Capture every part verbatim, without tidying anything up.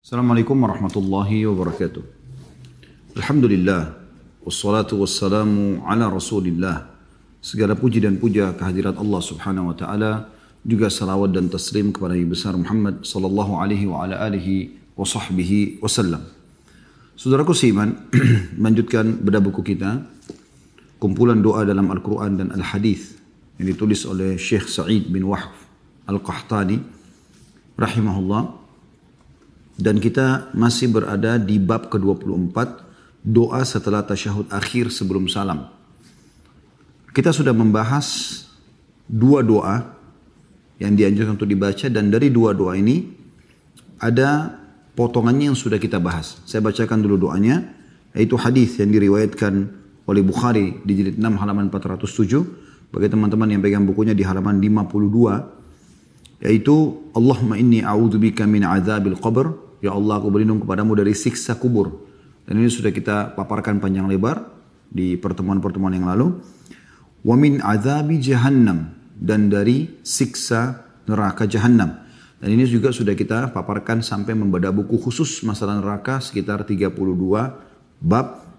Assalamualaikum warahmatullahi wabarakatuh. Alhamdulillah, wassalatu wassalamu ala rasulillah. Segala puji dan puja kehadirat Allah subhanahu wa ta'ala, juga salawat dan taslim kepada Nabi besar Muhammad sallallahu alaihi wa ala alihi wa sahbihi wasallam. Saudaraku seiman, melanjutkan bedah buku kita, kumpulan doa dalam Al-Quran dan Al-Hadith, yang ditulis oleh Syekh Sa'id bin Wahf Al-Qahtani rahimahullah. Dan kita masih berada di bab ke dua puluh empat, doa setelah tasyahud akhir sebelum salam. Kita sudah membahas dua doa yang dianjurkan untuk dibaca, dan dari dua doa ini ada potongannya yang sudah kita bahas. Saya bacakan dulu doanya, yaitu hadis yang diriwayatkan oleh Bukhari di jilid enam halaman empat ratus tujuh. Bagi teman-teman yang pegang bukunya di halaman lima puluh dua, yaitu Allahumma inni a'udzubika min adzabil qabr. Ya Allah, aku berlindung kepadamu dari siksa kubur. Dan ini sudah kita paparkan panjang lebar di pertemuan-pertemuan yang lalu. Wa min adzabi jahannam, dan dari siksa neraka jahannam. Dan ini juga sudah kita paparkan sampai membedah buku khusus masalah neraka sekitar tiga puluh dua bab.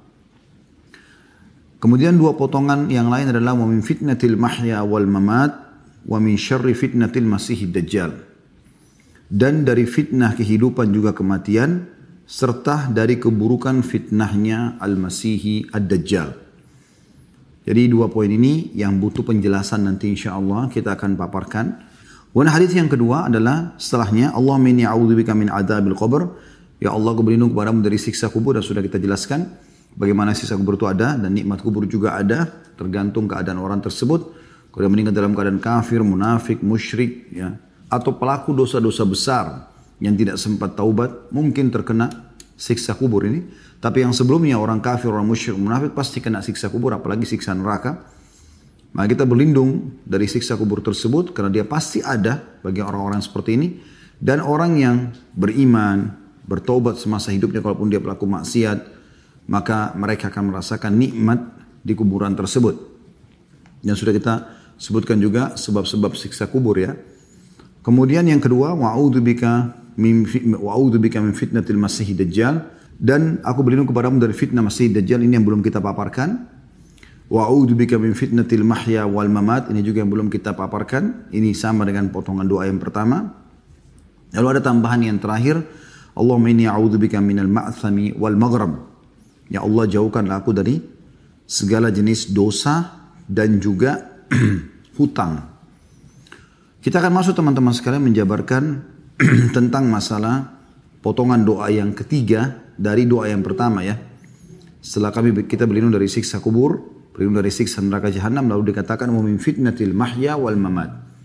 Kemudian dua potongan yang lain adalah wa min fitnatil mahya wal mamat wa min syarri fitnatil masihid dajjal. Dan dari fitnah kehidupan juga kematian, serta dari keburukan fitnahnya Al-Masihi Ad-Dajjal. Jadi dua poin ini yang butuh penjelasan nanti insya Allah kita akan paparkan. Dan hadis yang kedua adalah setelahnya, Allahumma inni a'udzubika min adzabil qabr. Ya Allah, aku berlindung kepadamu dari siksa kubur, dan sudah kita jelaskan bagaimana siksa kubur itu ada, dan nikmat kubur juga ada, tergantung keadaan orang tersebut. Kalau dia meninggal dalam keadaan kafir, munafik, musyrik, ya, atau pelaku dosa-dosa besar yang tidak sempat taubat, mungkin terkena siksa kubur ini. Tapi yang sebelumnya orang kafir, orang musyrik, munafik pasti kena siksa kubur, apalagi siksa neraka. Maka kita berlindung dari siksa kubur tersebut karena dia pasti ada bagi orang-orang seperti ini. Dan orang yang beriman, bertaubat semasa hidupnya kalaupun dia pelaku maksiat, maka mereka akan merasakan nikmat di kuburan tersebut. Yang sudah kita sebutkan juga sebab-sebab siksa kubur, ya. Kemudian yang kedua, wa'udzubika min wa'udzubika min fitnatil masihid dajjal, dan aku berlindung kepadamu dari fitnah masih dajjal. Ini yang belum kita paparkan. Wa'udzubika min fitnatil mahya wal mamat, ini juga yang belum kita paparkan. Ini sama dengan potongan doa yang pertama. Lalu ada tambahan yang terakhir, Allahumma inni a'udzubika minal ma'thami wal maghrab. Ya Allah, jauhkanlah aku dari segala jenis dosa dan juga hutang. Kita akan masuk teman-teman sekalian menjabarkan tentang masalah potongan doa yang ketiga dari doa yang pertama, ya. Setelah kami kita berlindung dari siksa kubur, berlindung dari siksa neraka jahanam, lalu dikatakan wa min fitnatil mahya wal mamat.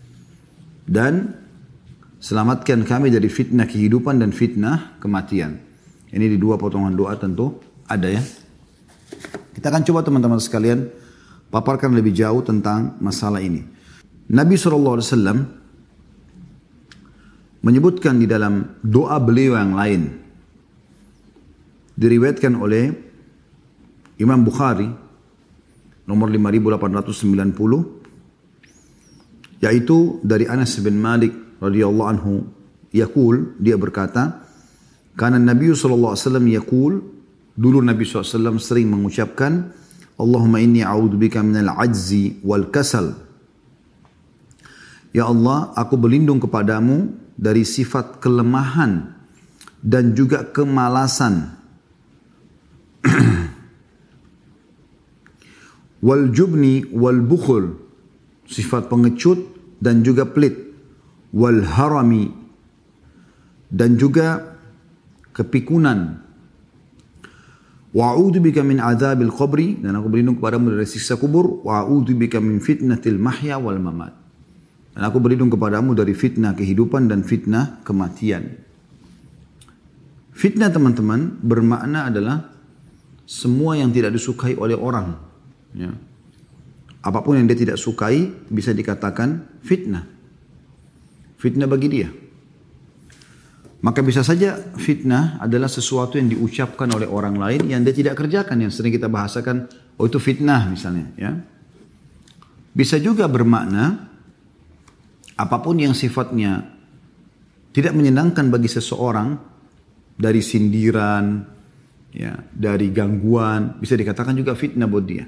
Dan selamatkan kami dari fitnah kehidupan dan fitnah kematian. Ini di dua potongan doa tentu ada, ya. Kita akan coba teman-teman sekalian paparkan lebih jauh tentang masalah ini. Nabi shallallahu alaihi wasallam menyebutkan di dalam doa beliau yang lain, diriwayatkan oleh Imam Bukhari nomor lima ribu delapan ratus sembilan puluh, yaitu dari Anas bin Malik radhiyallahu anhu, yaqul, dia berkata, karena Nabi shallallahu alaihi wasallam yaqul, dulu Nabi shallallahu alaihi wasallam sering mengucapkan, Allahumma inni a'udzubika minal ajzi wal kasal. Ya Allah, aku berlindung kepadamu dari sifat kelemahan dan juga kemalasan. Wal jubni wal bukhul, sifat pengecut dan juga pelit. Wal harami, dan juga kepikunan. Wa'udzubika min adzabil qabri, dan aku berlindung kepadamu dari siksa kubur. Wa'udzubika min fitnatil mahya wal mamat, dan aku berlindung kepadamu dari fitnah kehidupan dan fitnah kematian. Fitnah teman-teman bermakna adalah semua yang tidak disukai oleh orang, ya. Apapun yang dia tidak sukai bisa dikatakan fitnah. Fitnah bagi dia. Maka bisa saja fitnah adalah sesuatu yang diucapkan oleh orang lain yang dia tidak kerjakan, yang sering kita bahasakan, oh itu fitnah misalnya, ya. Bisa juga bermakna apapun yang sifatnya tidak menyenangkan bagi seseorang, dari sindiran, ya, dari gangguan, bisa dikatakan juga fitnah buat dia.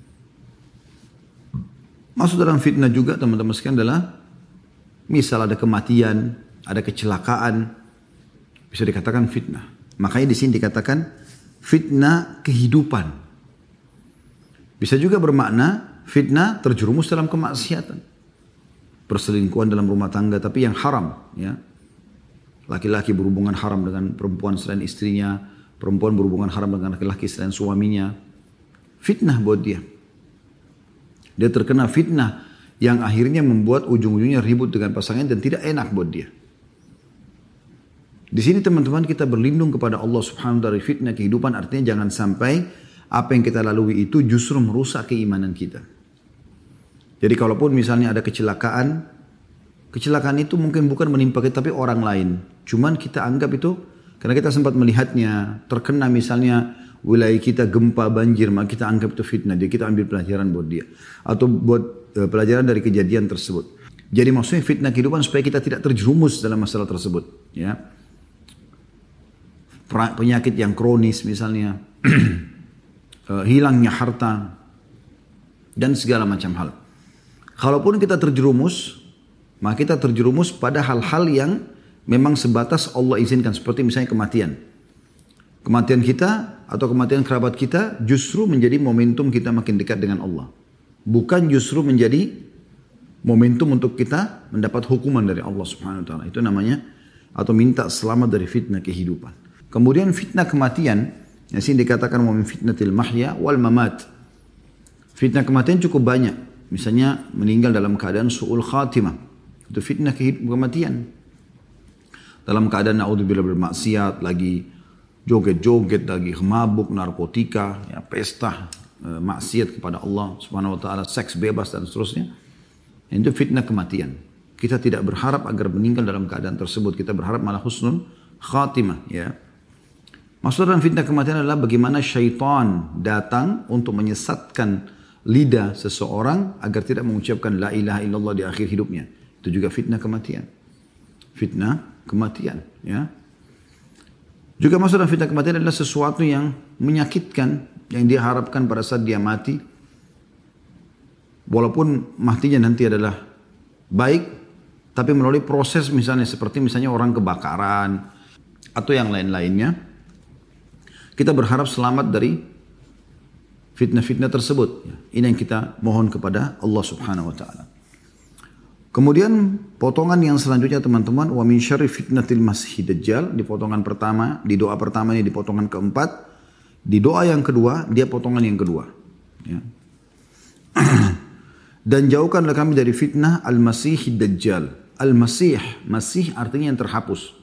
Masuk dalam fitnah juga teman-teman sekalian adalah misal ada kematian, ada kecelakaan, bisa dikatakan fitnah. Makanya di sini dikatakan fitnah kehidupan. Bisa juga bermakna fitnah terjerumus dalam kemaksiatan. Perselingkuhan dalam rumah tangga tapi yang haram, ya. Laki-laki berhubungan haram dengan perempuan selain istrinya, perempuan berhubungan haram dengan laki-laki selain suaminya. Fitnah buat dia. Dia terkena fitnah yang akhirnya membuat ujung-ujungnya ribut dengan pasangan dan tidak enak buat dia. Di sini teman-teman kita berlindung kepada Allah Subhanahu wa taala dari fitnah kehidupan, artinya jangan sampai apa yang kita lalui itu justru merusak keimanan kita. Jadi kalaupun misalnya ada kecelakaan, kecelakaan itu mungkin bukan menimpa kita tapi orang lain. Cuman kita anggap itu karena kita sempat melihatnya, terkena misalnya wilayah kita gempa banjir, maka kita anggap itu fitnah. Jadi kita ambil pelajaran buat dia. Atau buat e, pelajaran dari kejadian tersebut. Jadi maksudnya fitnah kehidupan supaya kita tidak terjerumus dalam masalah tersebut. Ya. Penyakit yang kronis misalnya. e, hilangnya harta. Dan segala macam hal. Kalaupun kita terjerumus, maka kita terjerumus pada hal-hal yang memang sebatas Allah izinkan. Seperti misalnya kematian. Kematian kita atau kematian kerabat kita justru menjadi momentum kita makin dekat dengan Allah. Bukan justru menjadi momentum untuk kita mendapat hukuman dari Allah Subhanahu wa taala. Itu namanya atau minta selamat dari fitnah kehidupan. Kemudian fitnah kematian, yang sini dikatakan min fitnatil mahya wal mamat. Fitnah kematian cukup banyak. Misalnya meninggal dalam keadaan su'ul khatimah. Itu fitnah kematian. Dalam keadaan naudzubillah bermaksiat, lagi joget-joget, lagi mabuk, narkotika, ya, pesta, e, maksiat kepada Allah Subhanahu wa taala, seks bebas dan seterusnya. Itu fitnah kematian. Kita tidak berharap agar meninggal dalam keadaan tersebut. Kita berharap malah husnul khatimah, ya. Maksud dalam fitnah kematian adalah bagaimana syaitan datang untuk menyesatkan lidah seseorang agar tidak mengucapkan la ilaha illallah di akhir hidupnya. Itu juga fitnah kematian. Fitnah kematian, ya. Juga masuk dalam fitnah kematian adalah sesuatu yang menyakitkan, yang dia harapkan pada saat dia mati. Walaupun matinya nanti adalah baik, tapi melalui proses misalnya seperti misalnya orang kebakaran atau yang lain-lainnya. Kita berharap selamat dari fitnah-fitnah tersebut. Ini yang kita mohon kepada Allah Subhanahu wa taala. Kemudian potongan yang selanjutnya teman-teman, wa min syarri fitnatil masiihid dajjal, di potongan pertama, di doa pertama ini di potongan keempat, di doa yang kedua dia potongan yang kedua. Ya. Dan jauhkanlah kami dari fitnah al-masiihid dajjal. Al-masih, masih artinya yang terhapus.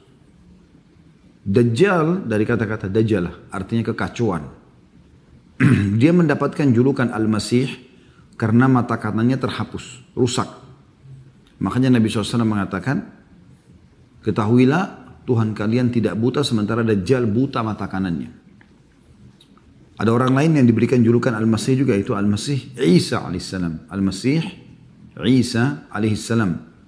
Dajjal dari kata-kata dajjalah, artinya kekacauan. Dia mendapatkan julukan al-masih karena mata kanannya terhapus, rusak. Makanya Nabi shallallahu alaihi wasallam mengatakan, ketahuilah Tuhan kalian tidak buta sementara Dajjal buta mata kanannya. Ada orang lain yang diberikan julukan Al-Masih juga, itu Al-Masih Isa alaihissalam. Al-Masih Isa alaihissalam.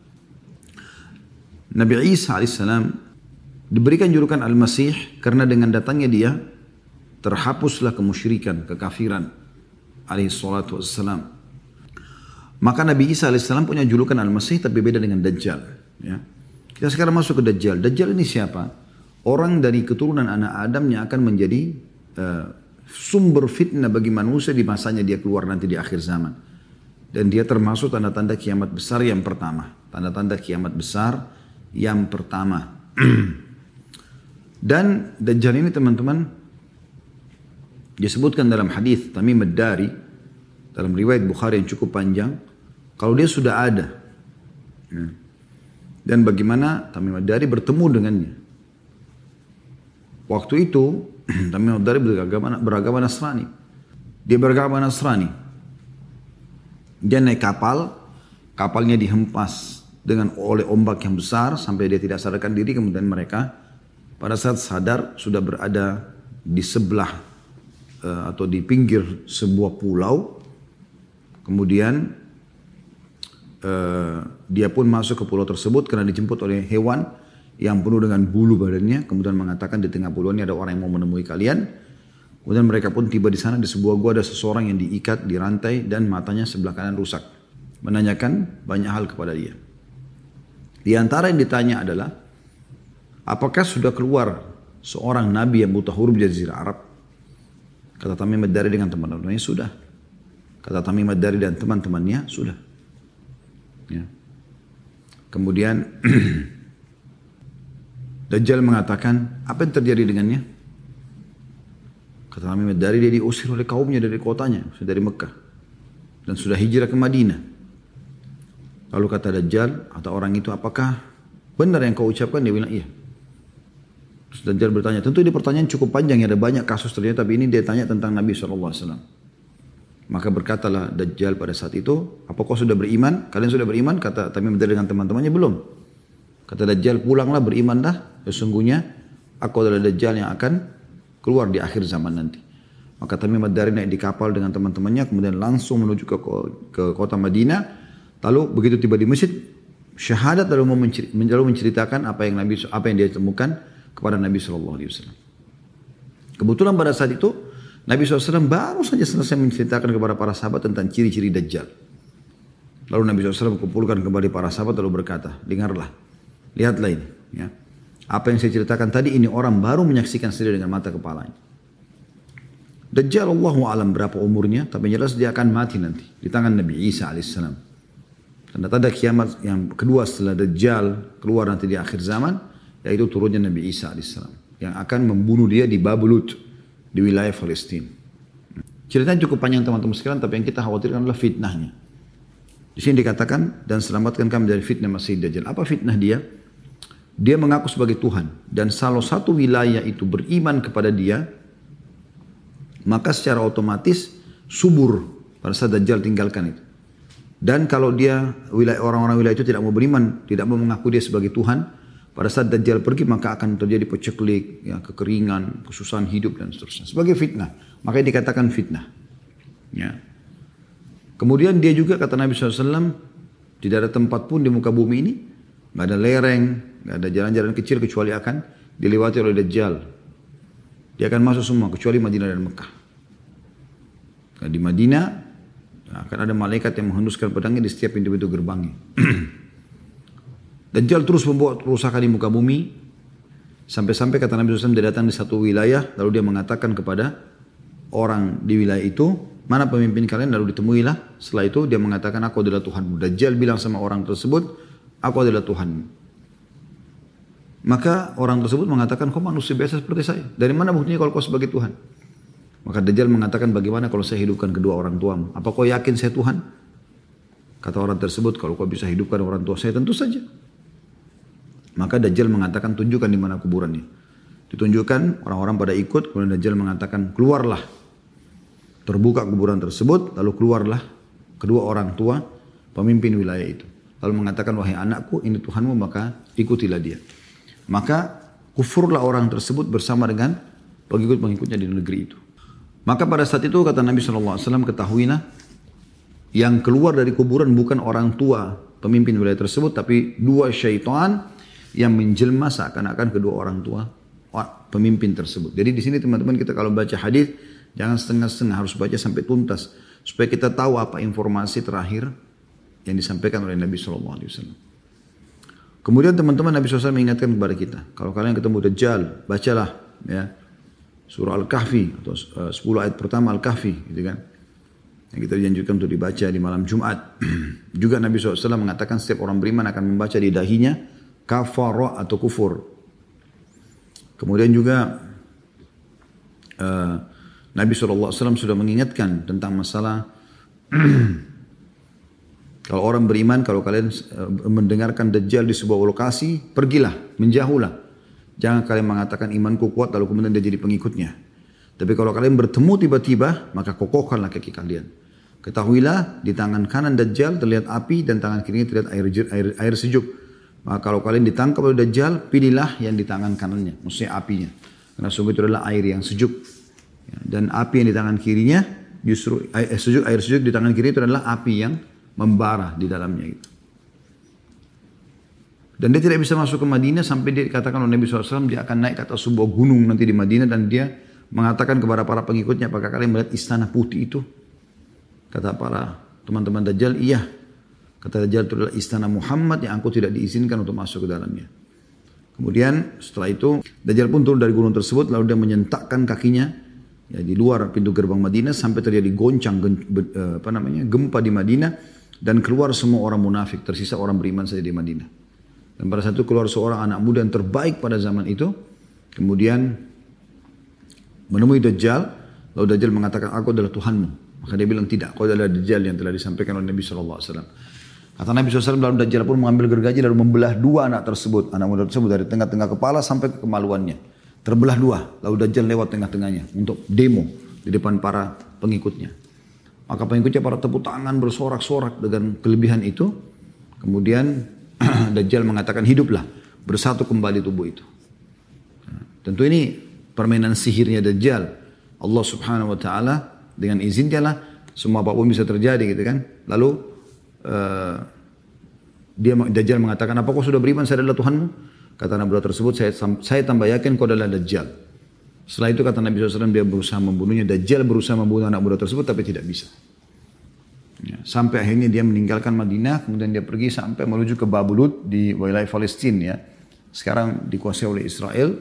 Nabi Isa alaihissalam diberikan julukan Al-Masih karena dengan datangnya dia terhapuslah kemusyrikan, kekafiran alaihissalatu wassalam. Maka Nabi Isa alaihissalam punya julukan Al-Masih tapi beda dengan Dajjal. Ya. Kita sekarang masuk ke Dajjal. Dajjal ini siapa? Orang dari keturunan anak Adam yang akan menjadi uh, sumber fitnah bagi manusia di masanya dia keluar nanti di akhir zaman. Dan dia termasuk tanda-tanda kiamat besar yang pertama. Tanda-tanda kiamat besar yang pertama. Dan Dajjal ini teman-teman disebutkan dalam hadis Tamim ad-Dari dalam riwayat Bukhari yang cukup panjang. Kalau dia sudah ada, ya. Dan bagaimana Tamim ad-Dari bertemu dengannya. Waktu itu Tamim ad-Dari beragama, beragama Nasrani. Dia beragama Nasrani. Dia naik kapal, kapalnya dihempas dengan oleh ombak yang besar sampai dia tidak sadarkan diri. Kemudian mereka pada saat sadar sudah berada di sebelah uh, atau di pinggir sebuah pulau. Kemudian Uh, dia pun masuk ke pulau tersebut karena dijemput oleh hewan yang penuh dengan bulu badannya. Kemudian mengatakan di tengah bulu ini ada orang yang mau menemui kalian. Kemudian mereka pun tiba di sana, di sebuah gua ada seseorang yang diikat di rantai dan matanya sebelah kanan rusak. Menanyakan banyak hal kepada dia. Di antara yang ditanya adalah, apakah sudah keluar seorang nabi yang buta huruf di Jazirah Arab? Kata Tamim Ad-Dari dengan teman-temannya, sudah. Kata Tamim Ad-Dari dan teman-temannya, sudah. Ya. Kemudian Dajjal mengatakan, apa yang terjadi dengannya? Kata Tamim Ad-Dari, dia diusir oleh kaumnya dari kotanya, dari Mekah. Dan sudah hijrah ke Madinah. Lalu kata Dajjal atau orang itu, apakah benar yang kau ucapkan? Dia bilang, iya. Terus Dajjal bertanya, tentu ini pertanyaan cukup panjang, ya, ada banyak kasus ternyata, tapi ini dia tanya tentang Nabi shallallahu alaihi wasallam. Maka berkatalah Dajjal pada saat itu, apa kau sudah beriman? Kalian sudah beriman? Kata Tamim Ad-Dari dengan teman-temannya, belum. Kata Dajjal, pulanglah, berimanlah. Sesungguhnya aku adalah Dajjal yang akan keluar di akhir zaman nanti. Maka Tamim Ad-Dari naik di kapal dengan teman-temannya, kemudian langsung menuju ke, ke kota Madinah. Lalu begitu tiba di masjid, syahadat lalu, lalu menceritakan apa yang Nabi apa yang dia temukan kepada Nabi shallallahu alaihi wasallam. Kebetulan pada saat itu Nabi shallallahu alaihi wasallam baru saja selesai menceritakan kepada para sahabat tentang ciri-ciri Dajjal. Lalu Nabi shallallahu alaihi wasallam kumpulkan kembali para sahabat lalu berkata, dengarlah, lihatlah ini. Ya. Apa yang saya ceritakan tadi, ini orang baru menyaksikan sendiri dengan mata kepalanya. Dajjal Allahu alam berapa umurnya, tapi jelas dia akan mati nanti di tangan Nabi Isa alaihissalam. Tanda-tanda kiamat yang kedua setelah Dajjal keluar nanti di akhir zaman, yaitu turunnya Nabi Isa alaihissalam yang akan membunuh dia di Babulut, di wilayah Palestina. Ceritanya cukup panjang teman-teman sekalian, tapi yang kita khawatirkan adalah fitnahnya. Di sini dikatakan, dan selamatkan kami dari fitnah Masih Dajjal. Apa fitnah dia? Dia mengaku sebagai Tuhan, dan salah satu wilayah itu beriman kepada dia, maka secara otomatis subur pada saat Dajjal tinggalkan itu. Dan kalau dia wilayah orang-orang wilayah itu tidak mau beriman, tidak mau mengaku dia sebagai Tuhan, pada saat Dajjal pergi maka akan terjadi peceklik, ya, kekeringan, kesusahan hidup dan seterusnya. Sebagai fitnah, makanya dikatakan fitnah. Ya. Kemudian dia juga kata Nabi shallallahu alaihi wasallam, tidak ada tempat pun di muka bumi ini, nggak ada lereng, nggak ada jalan-jalan kecil kecuali akan dilewati oleh Dajjal. Dia akan masuk semua kecuali Madinah dan Mekah. Nah, di Madinah akan ada malaikat yang menghembuskan pedangnya di setiap pintu-pintu gerbangnya. Dajjal terus membuat kerusakan di muka bumi. Sampai-sampai kata Nabi shallallahu alaihi wasallam, dia datang di satu wilayah. Lalu dia mengatakan kepada orang di wilayah itu, mana pemimpin kalian? Lalu ditemuilah. Setelah itu dia mengatakan, aku adalah Tuhanmu. Dajjal bilang sama orang tersebut, aku adalah Tuhanmu. Maka orang tersebut mengatakan, kau manusia biasa seperti saya. Dari mana buktinya kalau kau sebagai Tuhan? Maka Dajjal mengatakan, bagaimana kalau saya hidupkan kedua orang tuamu? Apa kau yakin saya Tuhan? Kata orang tersebut, kalau kau bisa hidupkan orang tua saya, tentu saja. Maka Dajjal mengatakan, tunjukkan di mana kuburannya. Ditunjukkan, orang-orang pada ikut, kemudian Dajjal mengatakan, keluarlah. Terbuka kuburan tersebut, lalu keluarlah kedua orang tua pemimpin wilayah itu. Lalu mengatakan, wahai anakku, ini Tuhanmu, maka ikutilah dia. Maka kufurlah orang tersebut bersama dengan pengikut-pengikutnya di negeri itu. Maka pada saat itu kata Nabi shallallahu alaihi wasallam, ketahuilah yang keluar dari kuburan bukan orang tua pemimpin wilayah tersebut, tapi dua syaitan yang menjelma seakan-akan kedua orang tua pemimpin tersebut. Jadi di sini teman-teman kita kalau baca hadis jangan setengah-setengah, harus baca sampai tuntas supaya kita tahu apa informasi terakhir yang disampaikan oleh Nabi shallallahu alaihi wasallam. Kemudian teman-teman Nabi shallallahu alaihi wasallam mengingatkan kepada kita, kalau kalian ketemu Dajjal, bacalah ya surah Al-Kahfi atau sepuluh ayat pertama Al-Kahfi, gitu kan? Yang kita dianjurkan untuk dibaca di malam Jumat. Juga Nabi shallallahu alaihi wasallam mengatakan setiap orang beriman akan membaca di dahinya kafara atau kufur. Kemudian juga uh, Nabi shallallahu alaihi wasallam sudah mengingatkan tentang masalah kalau orang beriman, kalau kalian uh, mendengarkan Dajjal di sebuah lokasi, pergilah, menjauhlah. Jangan kalian mengatakan imanku kuat lalu kemudian dia jadi pengikutnya. Tapi kalau kalian bertemu tiba-tiba, maka kokohkanlah kaki kalian. Ketahuilah di tangan kanan Dajjal terlihat api dan tangan kirinya terlihat air, air, air sejuk. Maka kalau kalian ditangkap oleh Dajjal, pilihlah yang di tangan kanannya, maksudnya apinya. Karena sungguh itu adalah air yang sejuk. Dan api yang di tangan kirinya, justru air sejuk, air sejuk di tangan kiri itu adalah api yang membara di dalamnya. Gitu. Dan dia tidak bisa masuk ke Madinah sampai dia dikatakan oleh Nabi shallallahu alaihi wasallam dia akan naik ke atas sebuah gunung nanti di Madinah dan dia mengatakan kepada para pengikutnya, apakah kalian melihat istana putih itu? Kata para teman-teman Dajjal, iya. Kata Dajjal, itu adalah istana Muhammad yang aku tidak diizinkan untuk masuk ke dalamnya. Kemudian setelah itu Dajjal pun turun dari gunung tersebut lalu dia menyentakkan kakinya ya, di luar pintu gerbang Madinah sampai terjadi goncang apa namanya gempa di Madinah dan keluar semua orang munafik, tersisa orang beriman saja di Madinah. Dan pada saat itu keluar seorang anak muda yang terbaik pada zaman itu, kemudian menemui Dajjal, lalu Dajjal mengatakan, aku adalah Tuhanmu. Maka dia bilang, tidak, kau adalah Dajjal yang telah disampaikan oleh Nabi shallallahu alaihi wasallam. Kata Nabi shallallahu alaihi wasallam, lalu Dajjal pun mengambil gergaji lalu membelah dua anak tersebut, anak muda tersebut dari tengah-tengah kepala sampai ke kemaluannya. Terbelah dua, lalu Dajjal lewat tengah-tengahnya untuk demo di depan para pengikutnya. Maka pengikutnya para tepuk tangan bersorak-sorak dengan kelebihan itu. Kemudian Dajjal mengatakan hiduplah, bersatu kembali tubuh itu. Tentu ini permainan sihirnya Dajjal. Allah subhanahu wa ta'ala dengan izin dia lah semua apapun bisa terjadi gitu kan. Lalu uh, dia Dajjal mengatakan, apa kau sudah beriman saya adalah Tuhanmu? Kata Nabi tersebut, saya, saya tambah yakin kau adalah Dajjal. Setelah itu kata Nabi shallallahu alaihi wasallam dia berusaha membunuhnya. Dajjal berusaha membunuh anak muda tersebut tapi tidak bisa. Ya, sampai akhirnya dia meninggalkan Madinah, kemudian dia pergi sampai menuju ke Babulut di wilayah Palestina ya. Sekarang dikuasai oleh Israel.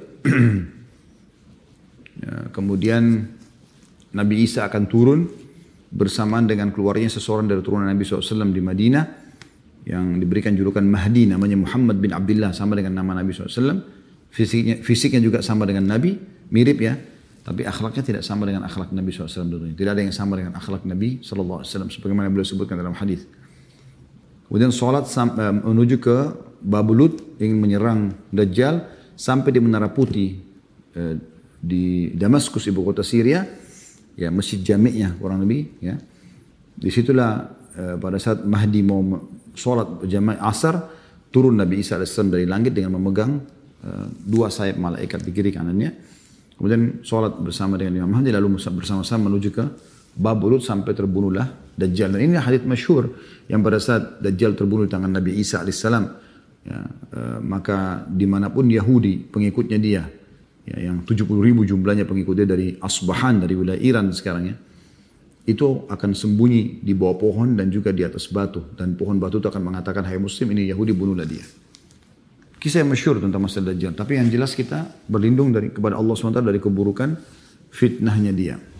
Ya, kemudian Nabi Isa akan turun bersamaan dengan keluarnya seseorang dari turunan Nabi shallallahu alaihi wasallam di Madinah yang diberikan julukan Mahdi, namanya Muhammad bin Abdullah, sama dengan nama Nabi shallallahu alaihi wasallam. Fisiknya, fisiknya juga sama dengan Nabi, mirip ya. Tapi akhlaknya tidak sama dengan akhlak Nabi shallallahu alaihi wasallam dulunya. Tidak ada yang sama dengan akhlak Nabi shallallahu alaihi wasallam sebagaimana beliau sebutkan dalam hadis. Kemudian sholat menuju ke Babulut ingin menyerang Dajjal sampai di Menara Putih eh, di Damaskus ibu kota Syria, ya masjid jami'nya kurang lebih. Ya, disitulah eh, pada saat Mahdi mau sholat jamaah asar turun Nabi Isa alaihissalam dari langit dengan memegang eh, dua sayap malaikat di kiri kanannya. Kemudian sholat bersama dengan Imam Mahdi lalu bersama-sama menuju ke Babulut sampai terbunuhlah Dajjal. Dan ini hadits masyhur yang pada saat Dajjal terbunuh di tangan Nabi Isa alaihissalam, ya, e, maka dimanapun Yahudi pengikutnya dia, ya, yang tujuh puluh ribu jumlahnya pengikutnya dari Asbahan dari wilayah Iran sekarang ya, itu akan sembunyi di bawah pohon dan juga di atas batu dan pohon batu itu akan mengatakan hai Muslim ini Yahudi bunuhlah dia. Kisah yang masyhur tentang masalah Dajjal. Tapi yang jelas kita berlindung dari kepada Allah subhanahu wa taala dari keburukan fitnahnya dia.